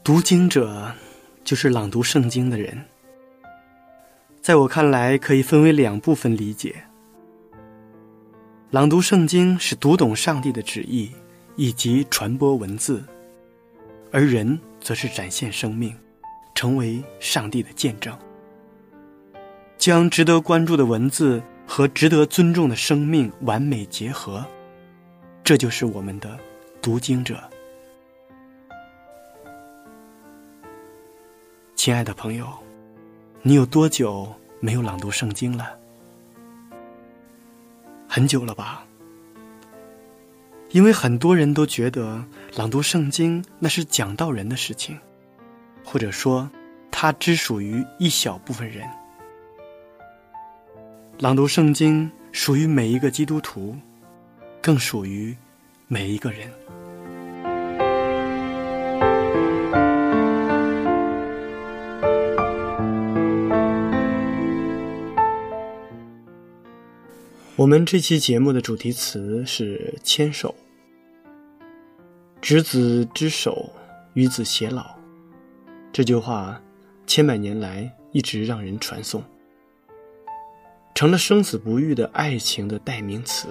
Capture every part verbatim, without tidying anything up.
读经者就是朗读圣经的人，在我看来可以分为两部分理解。朗读圣经是读懂上帝的旨意以及传播文字，而人则是展现生命，成为上帝的见证，将值得关注的文字和值得尊重的生命完美结合，这就是我们的读经者。亲爱的朋友，你有多久没有朗读圣经了？很久了吧？因为很多人都觉得朗读圣经那是讲道人的事情，或者说它只属于一小部分人。朗读圣经属于每一个基督徒，更属于每一个人。我们这期节目的主题词是牵手。执子之手，与子偕老，这句话千百年来一直让人传颂，成了生死不渝的爱情的代名词。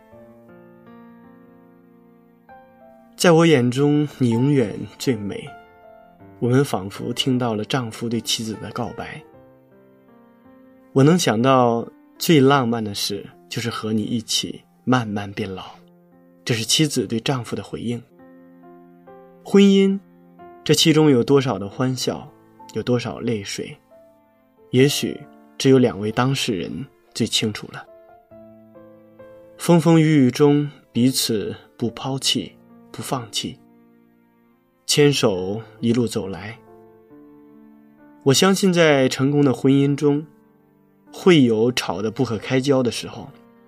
在我眼中，你永远最美。我们仿佛听到了丈夫对妻子的告白。我能想到最浪漫的事，就是和你一起慢慢变老，这是妻子对丈夫的回应。婚姻，这其中有多少的欢笑，有多少泪水，也许只有两位当事人最清楚了。风风雨雨中，彼此不抛弃，不放弃，牵手一路走来。我相信在成功的婚姻中，会有吵得不可开交的时候，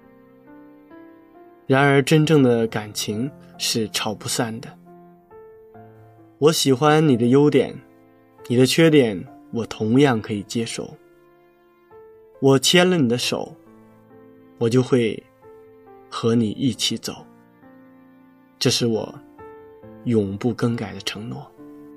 然而真正的感情是吵不散的。我喜欢你的优点，你的缺点我同样可以接受。我牵了你的手，我就会和你一起走，这是我永不更改的承诺。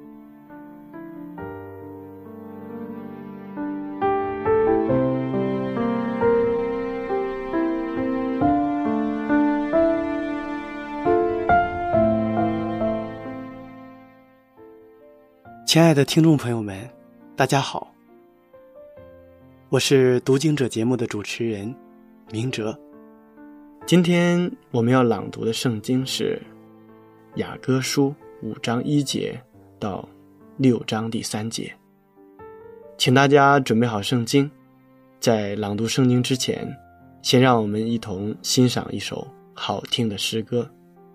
亲爱的听众朋友们，大家好，我是读经者节目的主持人明哲。今天我们要朗读的圣经是雅歌书五章一节到六章第三节。请大家准备好圣经，在朗读圣经之前，先让我们一同欣赏一首好听的诗歌。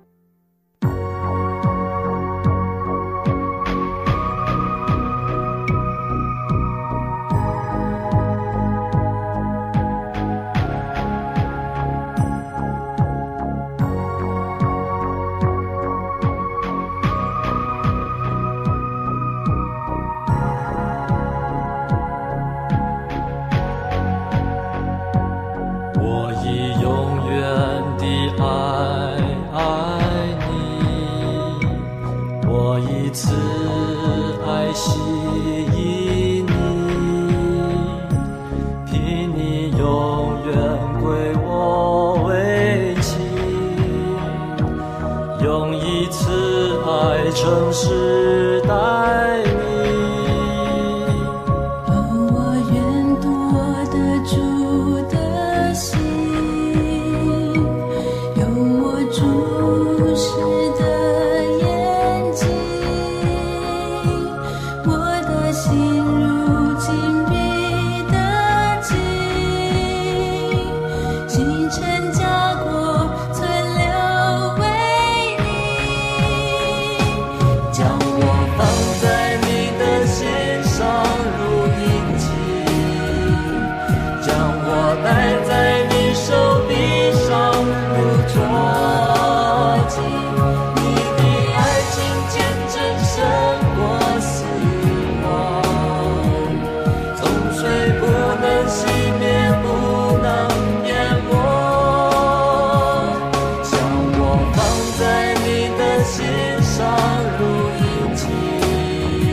城市待你， 哦，我愿夺得主的心，用我注视的眼睛，我的心如今必得净，星辰家国存留为你，将我放在你的心上如印记，将我戴在你手臂上如镯金，你的爱情见证胜过死亡，总水不能熄灭，不能淹没，将我放在你的心上如印记，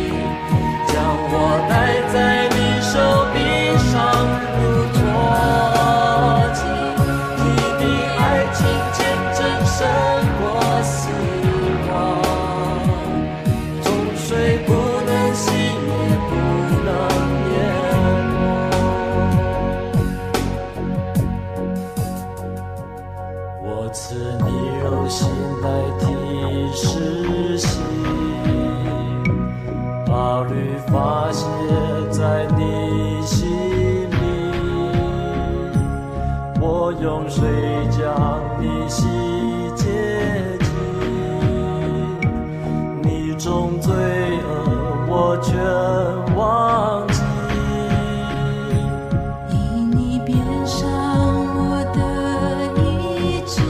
道律法写在你心里，我用水将你洗洁净，你种罪恶我全忘记， 因你变上我的意志，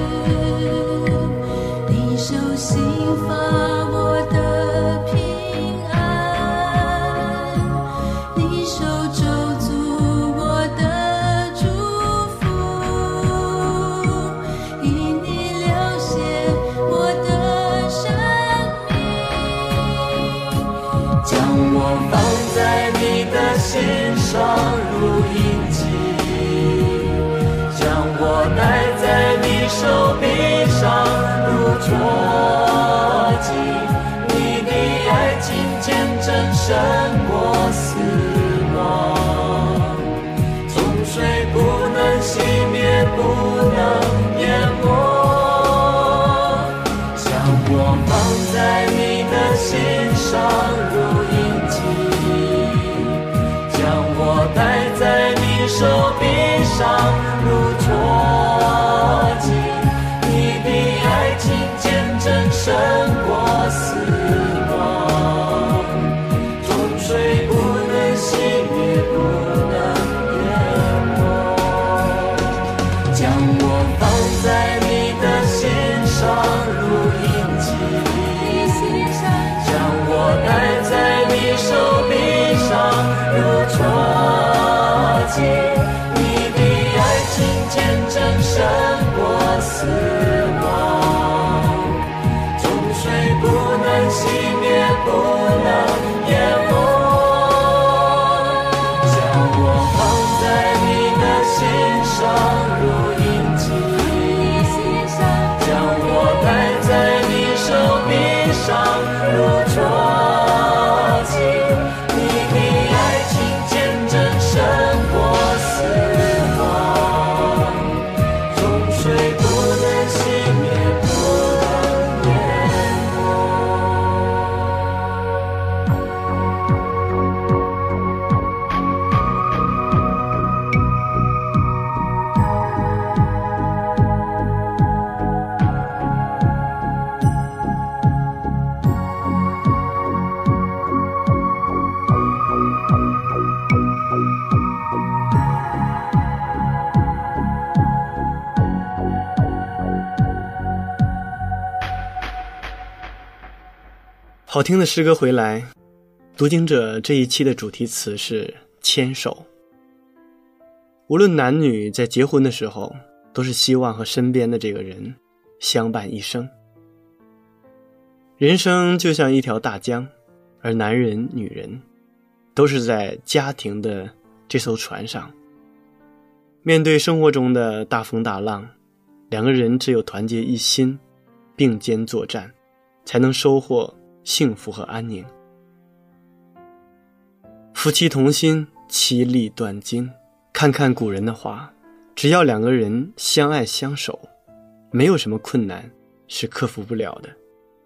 你手心发我的平安，你手肘足我的祝福，因你流血我的生命， 将我放在你的心上如印记，将我戴在你手臂上如戳记，你的爱情见证胜过死亡，重水不能熄灭，不能淹没，将我放在你的心上如印记，将我戴在你手臂上如戳记，你的爱情见证胜过死亡，重水不能熄灭，不能淹没，将我放在你的心上如印记，将我戴在你手臂上如戳记，你的爱情见证胜过死亡，重水不能熄灭，不能淹没，将我放在你的心上如印记，将我戴在你手臂上如戳记，你的爱情见证胜过死亡，重水不能熄灭，不能淹好听的诗歌回来，读经者这一期的主题词是牵手。无论男女，在结婚的时候，都是希望和身边的这个人相伴一生。人生就像一条大江，而男人、女人都是在家庭的这艘船上。面对生活中的大风大浪，两个人只有团结一心，并肩作战，才能收获幸福和安宁。夫妻同心，其利断金。看看古人的话，只要两个人相爱相守，没有什么困难是克服不了的。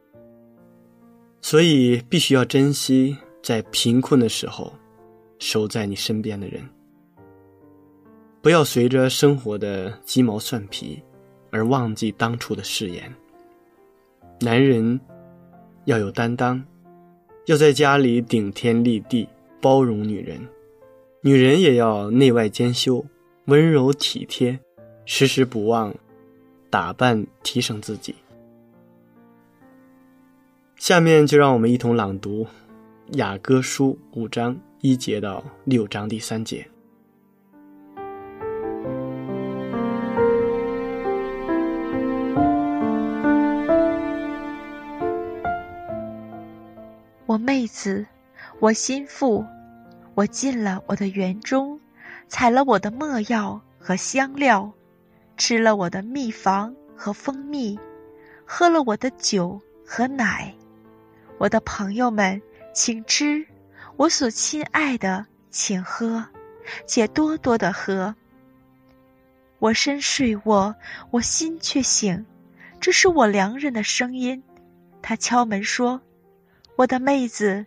所以必须要珍惜在贫困的时候守在你身边的人，不要随着生活的鸡毛蒜皮而忘记当初的誓言。男人要有担当，要在家里顶天立地，包容女人；女人也要内外兼修，温柔体贴，时时不忘打扮提升自己。下面就让我们一同朗读雅歌书五章一节到六章第三节。 我妹子，我心腹，我进了我的园中，采了我的没药和香料，吃了我的蜜房和蜂蜜，喝了我的酒和奶。我的朋友们，请吃，我所亲爱的，请喝，且多多的喝。我身睡卧，我心却醒，这是我良人的声音。他敲门说：我的妹子，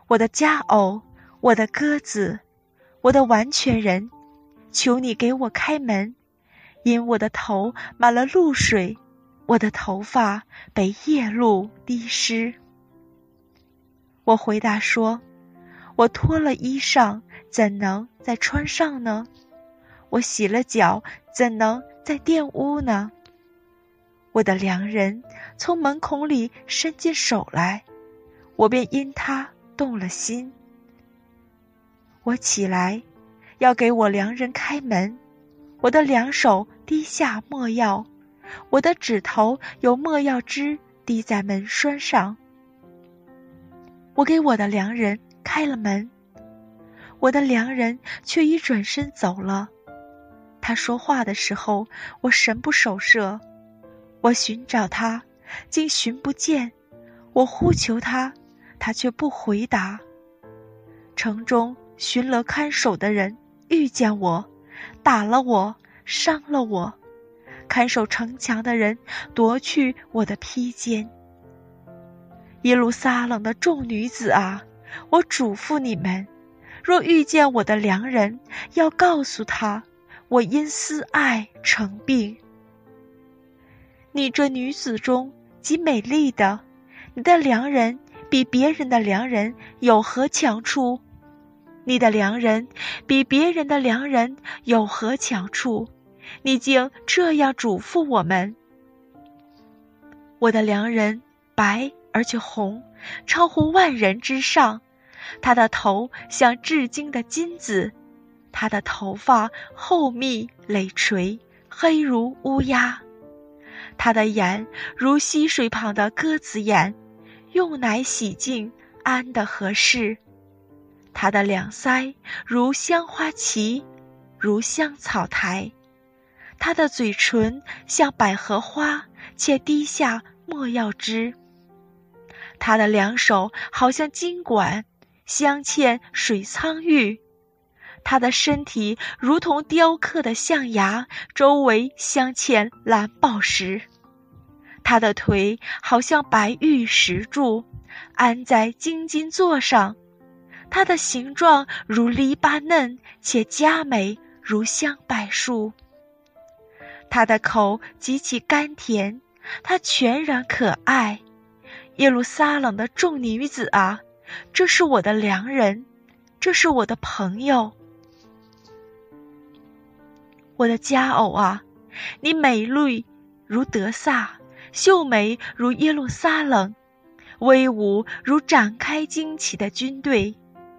我的佳偶，我的鸽子，我的完全人，求你给我开门，因我的头满了露水，我的头发被夜露滴湿。我回答说，我脱了衣裳，怎能再穿上呢？我洗了脚，怎能再玷污呢？我的良人从门孔里伸进手来，我便因他动了心。我起来，要给我良人开门，我的两手滴下没药，我的指头有没药汁滴在门栓上。我给我的良人开了门，我的良人却已转身走了。他说话的时候，我神不守舍，我寻找他，竟寻不见，我呼求他，他却不回答。城中巡逻看守的人遇见我，打了我，伤了我，看守城墙的人夺去我的披肩。耶路撒冷的众女子啊，我嘱咐你们，若遇见我的良人，要告诉他，我因思爱成病。你这女子中极美丽的，你的良人比别人的良人有何强处？你的良人比别人的良人有何强处？你竟这样嘱咐我们。我的良人白而且红，超乎万人之上，他的头像至精的金子，他的头发厚密累垂，黑如乌鸦，他的眼如溪水旁的鸽子眼，用奶洗净，安得合适。他的两腮如香花旗，如香草台，他的嘴唇像百合花，且滴下没药汁。他的两手好像金管，镶嵌水苍玉，他的身体如同雕刻的象牙，周围镶嵌蓝宝石。他的腿好像白玉石柱，安在金金座上，他的形状如黎巴嫩，且佳美如香柏树。他的口极其甘甜，他全然可爱。耶路撒冷的众女子啊，这是我的良人，这是我的朋友。我的佳偶啊，你美丽如得撒，秀美如耶路撒冷，威武如展开旌旗的军队。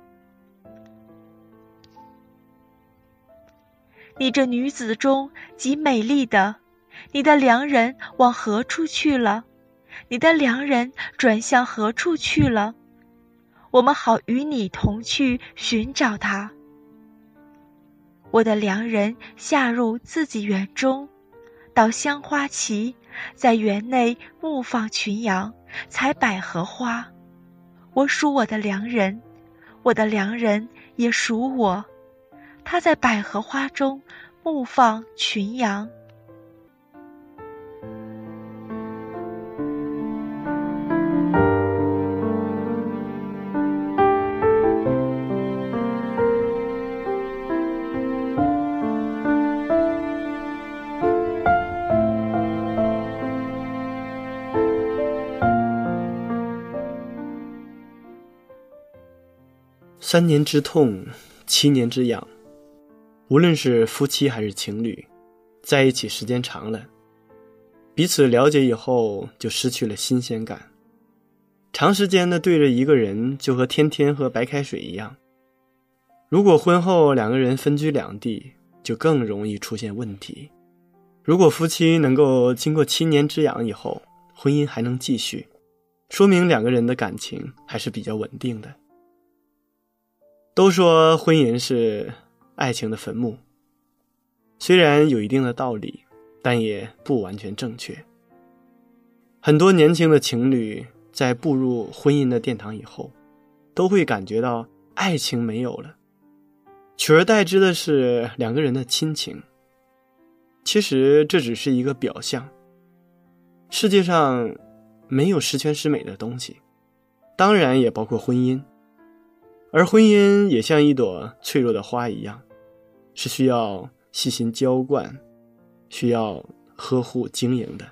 你这女子中极美丽的，你的良人往何处去了？你的良人转向何处去了？我们好与你同去寻找他。我的良人下入自己园中，到香花旗，在园内牧放群羊，采百合花。我属我的良人，我的良人也属我，他在百合花中牧放群羊。 三年之痛，七年之痒。无论是夫妻还是情侣，在一起时间长了，彼此了解以后就失去了新鲜感。长时间的对着一个人，就和天天喝白开水一样。如果婚后两个人分居两地，就更容易出现问题。如果夫妻能够经过七年之痒以后，婚姻还能继续，说明两个人的感情还是比较稳定的。都说婚姻是爱情的坟墓，虽然有一定的道理，但也不完全正确。很多年轻的情侣在步入婚姻的殿堂以后，都会感觉到爱情没有了，取而代之的是两个人的亲情。其实这只是一个表象，世界上没有十全十美的东西，当然也包括婚姻。 而婚姻也像一朵脆弱的花一样，是需要细心浇灌，需要呵护经营的。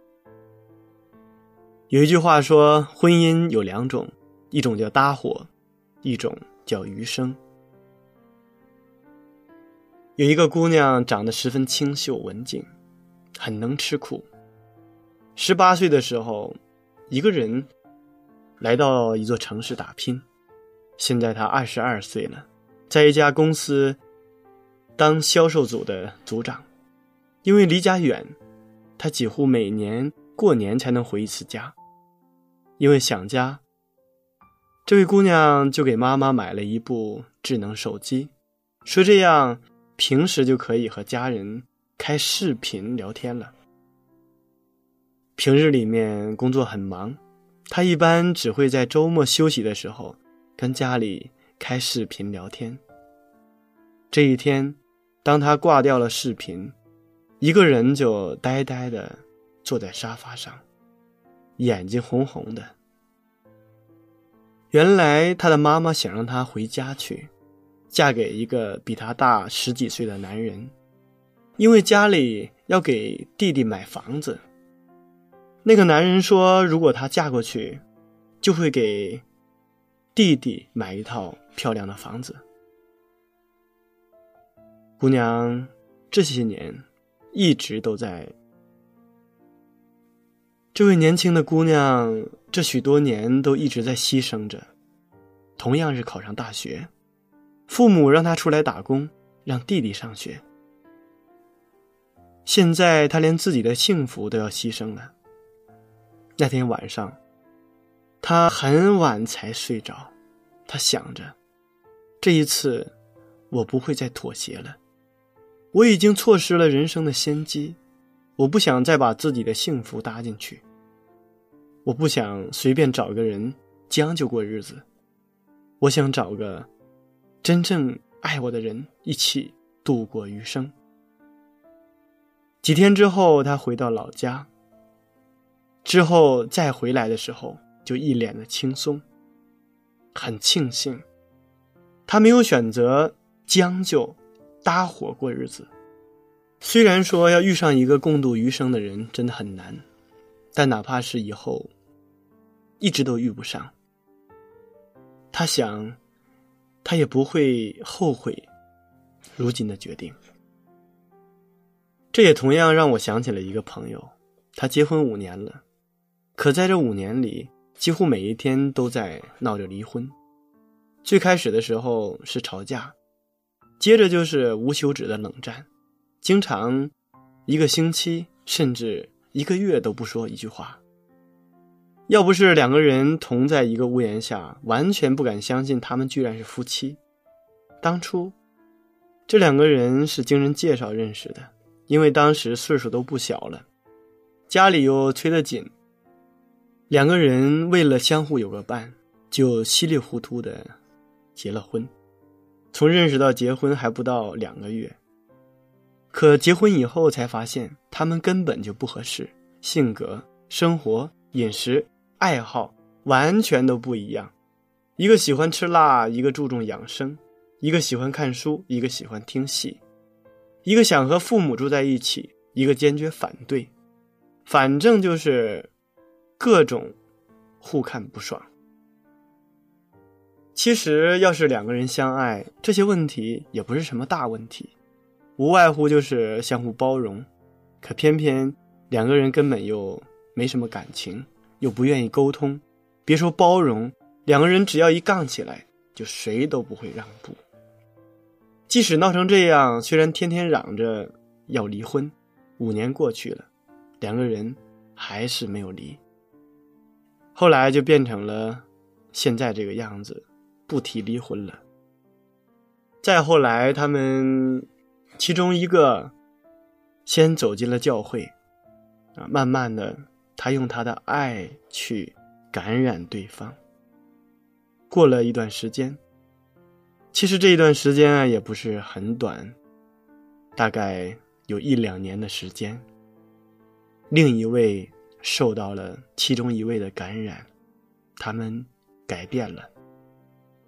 有一句话说，婚姻有两种，一种叫搭伙，一种叫余生。有一个姑娘长得十分清秀文静，很能吃苦。十八岁的时候，一个人来到一座城市打拼。现在她二十二岁了，在一家公司当销售组的组长。因为离家远，她几乎每年过年才能回一次家。因为想家，这位姑娘就给妈妈买了一部智能手机，说这样平时就可以和家人开视频聊天了。平日里面工作很忙，她一般只会在周末休息的时候跟家里开视频聊天。这一天，当她挂掉了视频，一个人就呆呆地坐在沙发上，眼睛红红的。原来她的妈妈想让她回家去，嫁给一个比她大十几岁的男人，因为家里要给弟弟买房子。那个男人说，如果她嫁过去，就会给弟弟买一套漂亮的房子。姑娘这些年一直都在，这位年轻的姑娘这许多年都一直在牺牲着。同样是考上大学，父母让她出来打工，让弟弟上学。现在她连自己的幸福都要牺牲了。那天晚上，她很晚才睡着，她想着，这一次我不会再妥协了。我已经错失了人生的先机，我不想再把自己的幸福搭进去。我不想随便找个人将就过日子，我想找个真正爱我的人一起度过余生。几天之后，他回到老家，之后再回来的时候就一脸的轻松，很庆幸他没有选择将就搭伙过日子。虽然说要遇上一个共度余生的人真的很难，但哪怕是以后一直都遇不上，他想他也不会后悔如今的决定。这也同样让我想起了一个朋友，他结婚五年了，可在这五年里几乎每一天都在闹着离婚。最开始的时候是吵架，接着就是无休止的冷战，经常一个星期甚至一个月都不说一句话。要不是两个人同在一个屋檐下，完全不敢相信他们居然是夫妻。当初这两个人是经人介绍认识的，因为当时岁数都不小了，家里又催得紧，两个人为了相互有个伴，就稀里糊涂的结了婚。从认识到结婚还不到两个月，可结婚以后才发现他们根本就不合适，性格、生活、饮食、爱好完全都不一样。一个喜欢吃辣，一个注重养生；一个喜欢看书，一个喜欢听戏；一个想和父母住在一起，一个坚决反对。反正就是各种互看不爽。其实要是两个人相爱，这些问题也不是什么大问题，无外乎就是相互包容。可偏偏两个人根本又没什么感情，又不愿意沟通，别说包容，两个人只要一杠起来，就谁都不会让步。即使闹成这样，虽然天天嚷着要离婚，五年过去了，两个人还是没有离。后来就变成了现在这个样子，不提离婚了。再后来，他们其中一个先走进了教会，啊，慢慢的，他用他的爱去感染对方。过了一段时间，其实这一段时间啊也不是很短，大概有一两年的时间。另一位受到了其中一位的感染，他们改变了。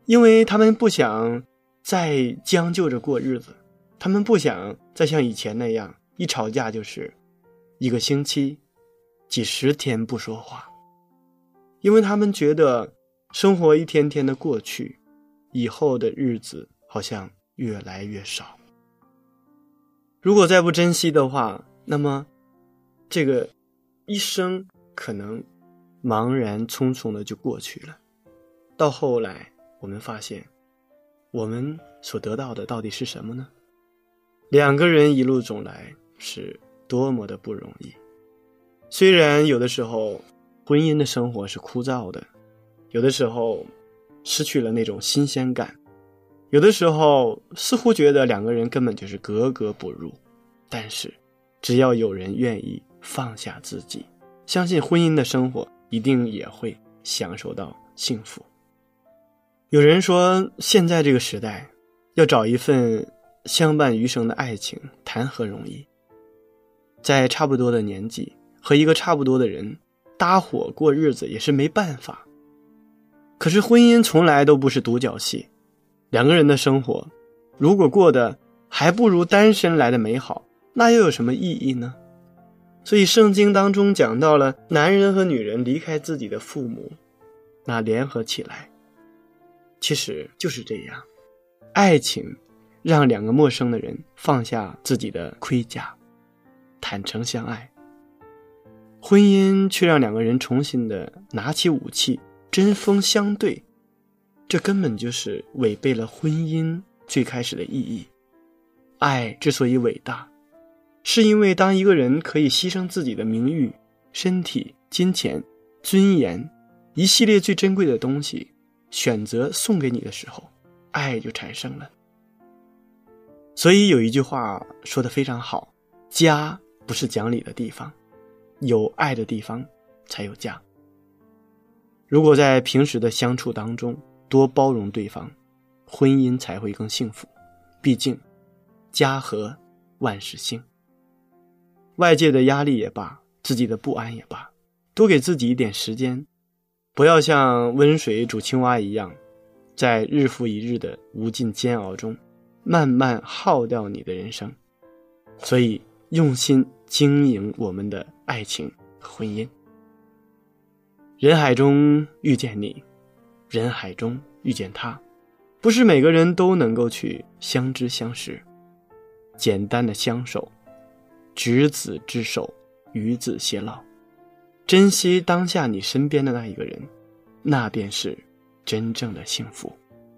因为他们不想再将就着过日子，他们不想再像以前那样一吵架就是一个星期几十天不说话，因为他们觉得生活一天天的过去，以后的日子好像越来越少。如果再不珍惜的话，那么这个一生可能茫然匆匆的就过去了。到后来我们发现，我们所得到的到底是什么呢？两个人一路走来是多么的不容易。虽然有的时候婚姻的生活是枯燥的，有的时候失去了那种新鲜感，有的时候似乎觉得两个人根本就是格格不入，但是只要有人愿意放下自己，相信婚姻的生活一定也会享受到幸福。有人说，现在这个时代要找一份相伴余生的爱情谈何容易，在差不多的年纪和一个差不多的人搭伙过日子也是没办法。可是婚姻从来都不是独角戏，两个人的生活如果过得还不如单身来的美好，那又有什么意义呢？所以圣经当中讲到了男人和女人离开自己的父母，那联合起来，其实就是这样。爱情让两个陌生的人放下自己的盔甲，坦诚相爱。婚姻却让两个人重新的拿起武器，针锋相对，这根本就是违背了婚姻最开始的意义。爱之所以伟大，是因为当一个人可以牺牲自己的名誉、身体、金钱、尊严，一系列最珍贵的东西，选择送给你的时候，爱就产生了。所以有一句话说得非常好，家不是讲理的地方，有爱的地方才有家。如果在平时的相处当中多包容对方，婚姻才会更幸福。毕竟家和万事兴。外界的压力也罢，自己的不安也罢，多给自己一点时间，不要像温水煮青蛙一样，在日复一日的无尽煎熬中慢慢耗掉你的人生。所以用心经营我们的爱情和婚姻。人海中遇见你，人海中遇见他，不是每个人都能够去相知相识。简单的相守，执子之手，与子偕老，珍惜当下你身边的那一个人，那便是真正的幸福。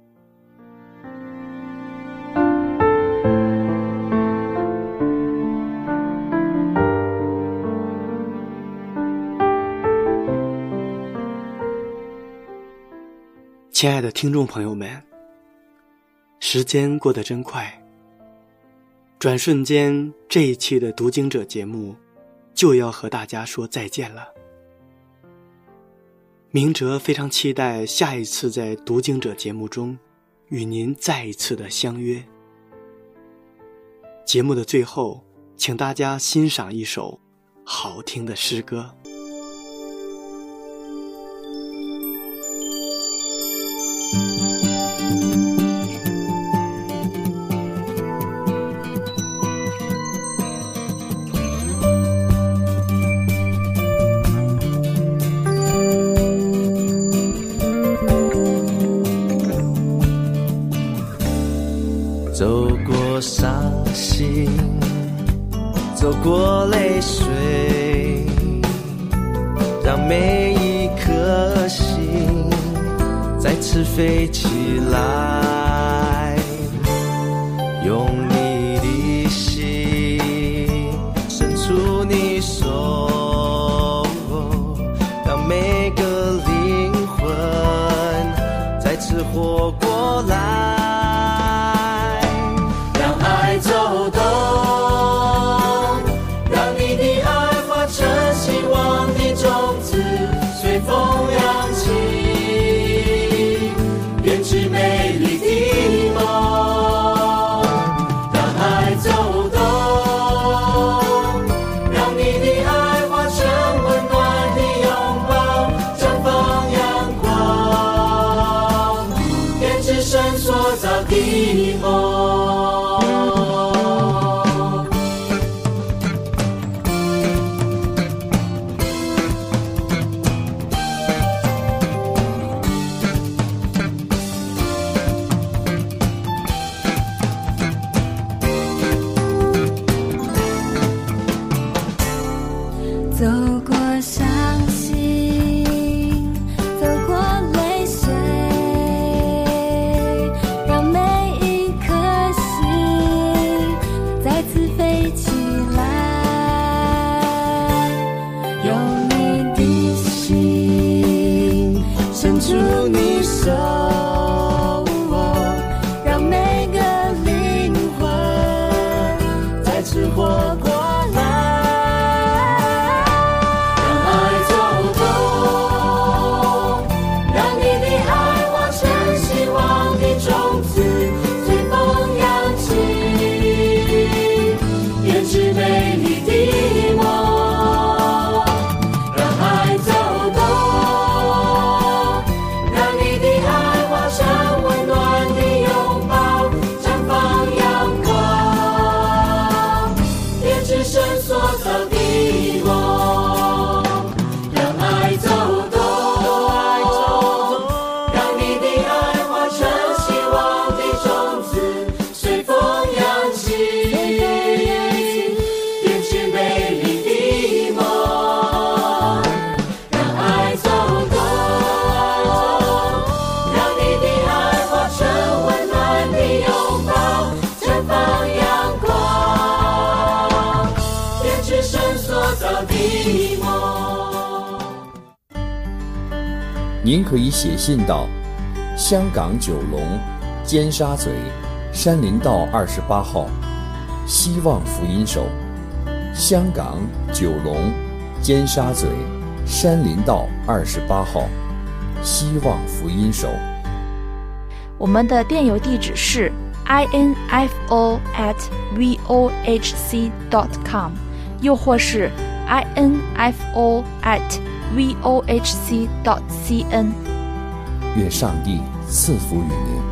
亲爱的听众朋友们，时间过得真快，转瞬间这一期的读经者节目就要和大家说再见了。明哲非常期待下一次在读经者节目中与您再一次的相约。节目的最后，请大家欣赏一首好听的诗歌。 走过伤心，走过泪水，让每一颗心再次飞起来，用你的心伸出你手，让每个灵魂再次活过来。走动，让你的爱化成希望的种子，随风扬起，编织美丽的梦。让爱走动，让你的爱化成温暖的拥抱，绽放阳光，编织的梦。 走过伤心，走过泪水，让每一颗心再次飞起来。用你的心伸出你手，让每个灵魂再次活过来。 您可以写信到香港九龙尖沙咀山林道二十八号，希望福音手。香港九龙尖沙咀山林道二十八号，希望福音手。 我们的电邮地址是 info at vohc dot com， 又或是 info at vohc dot cn。 愿上帝赐福于您。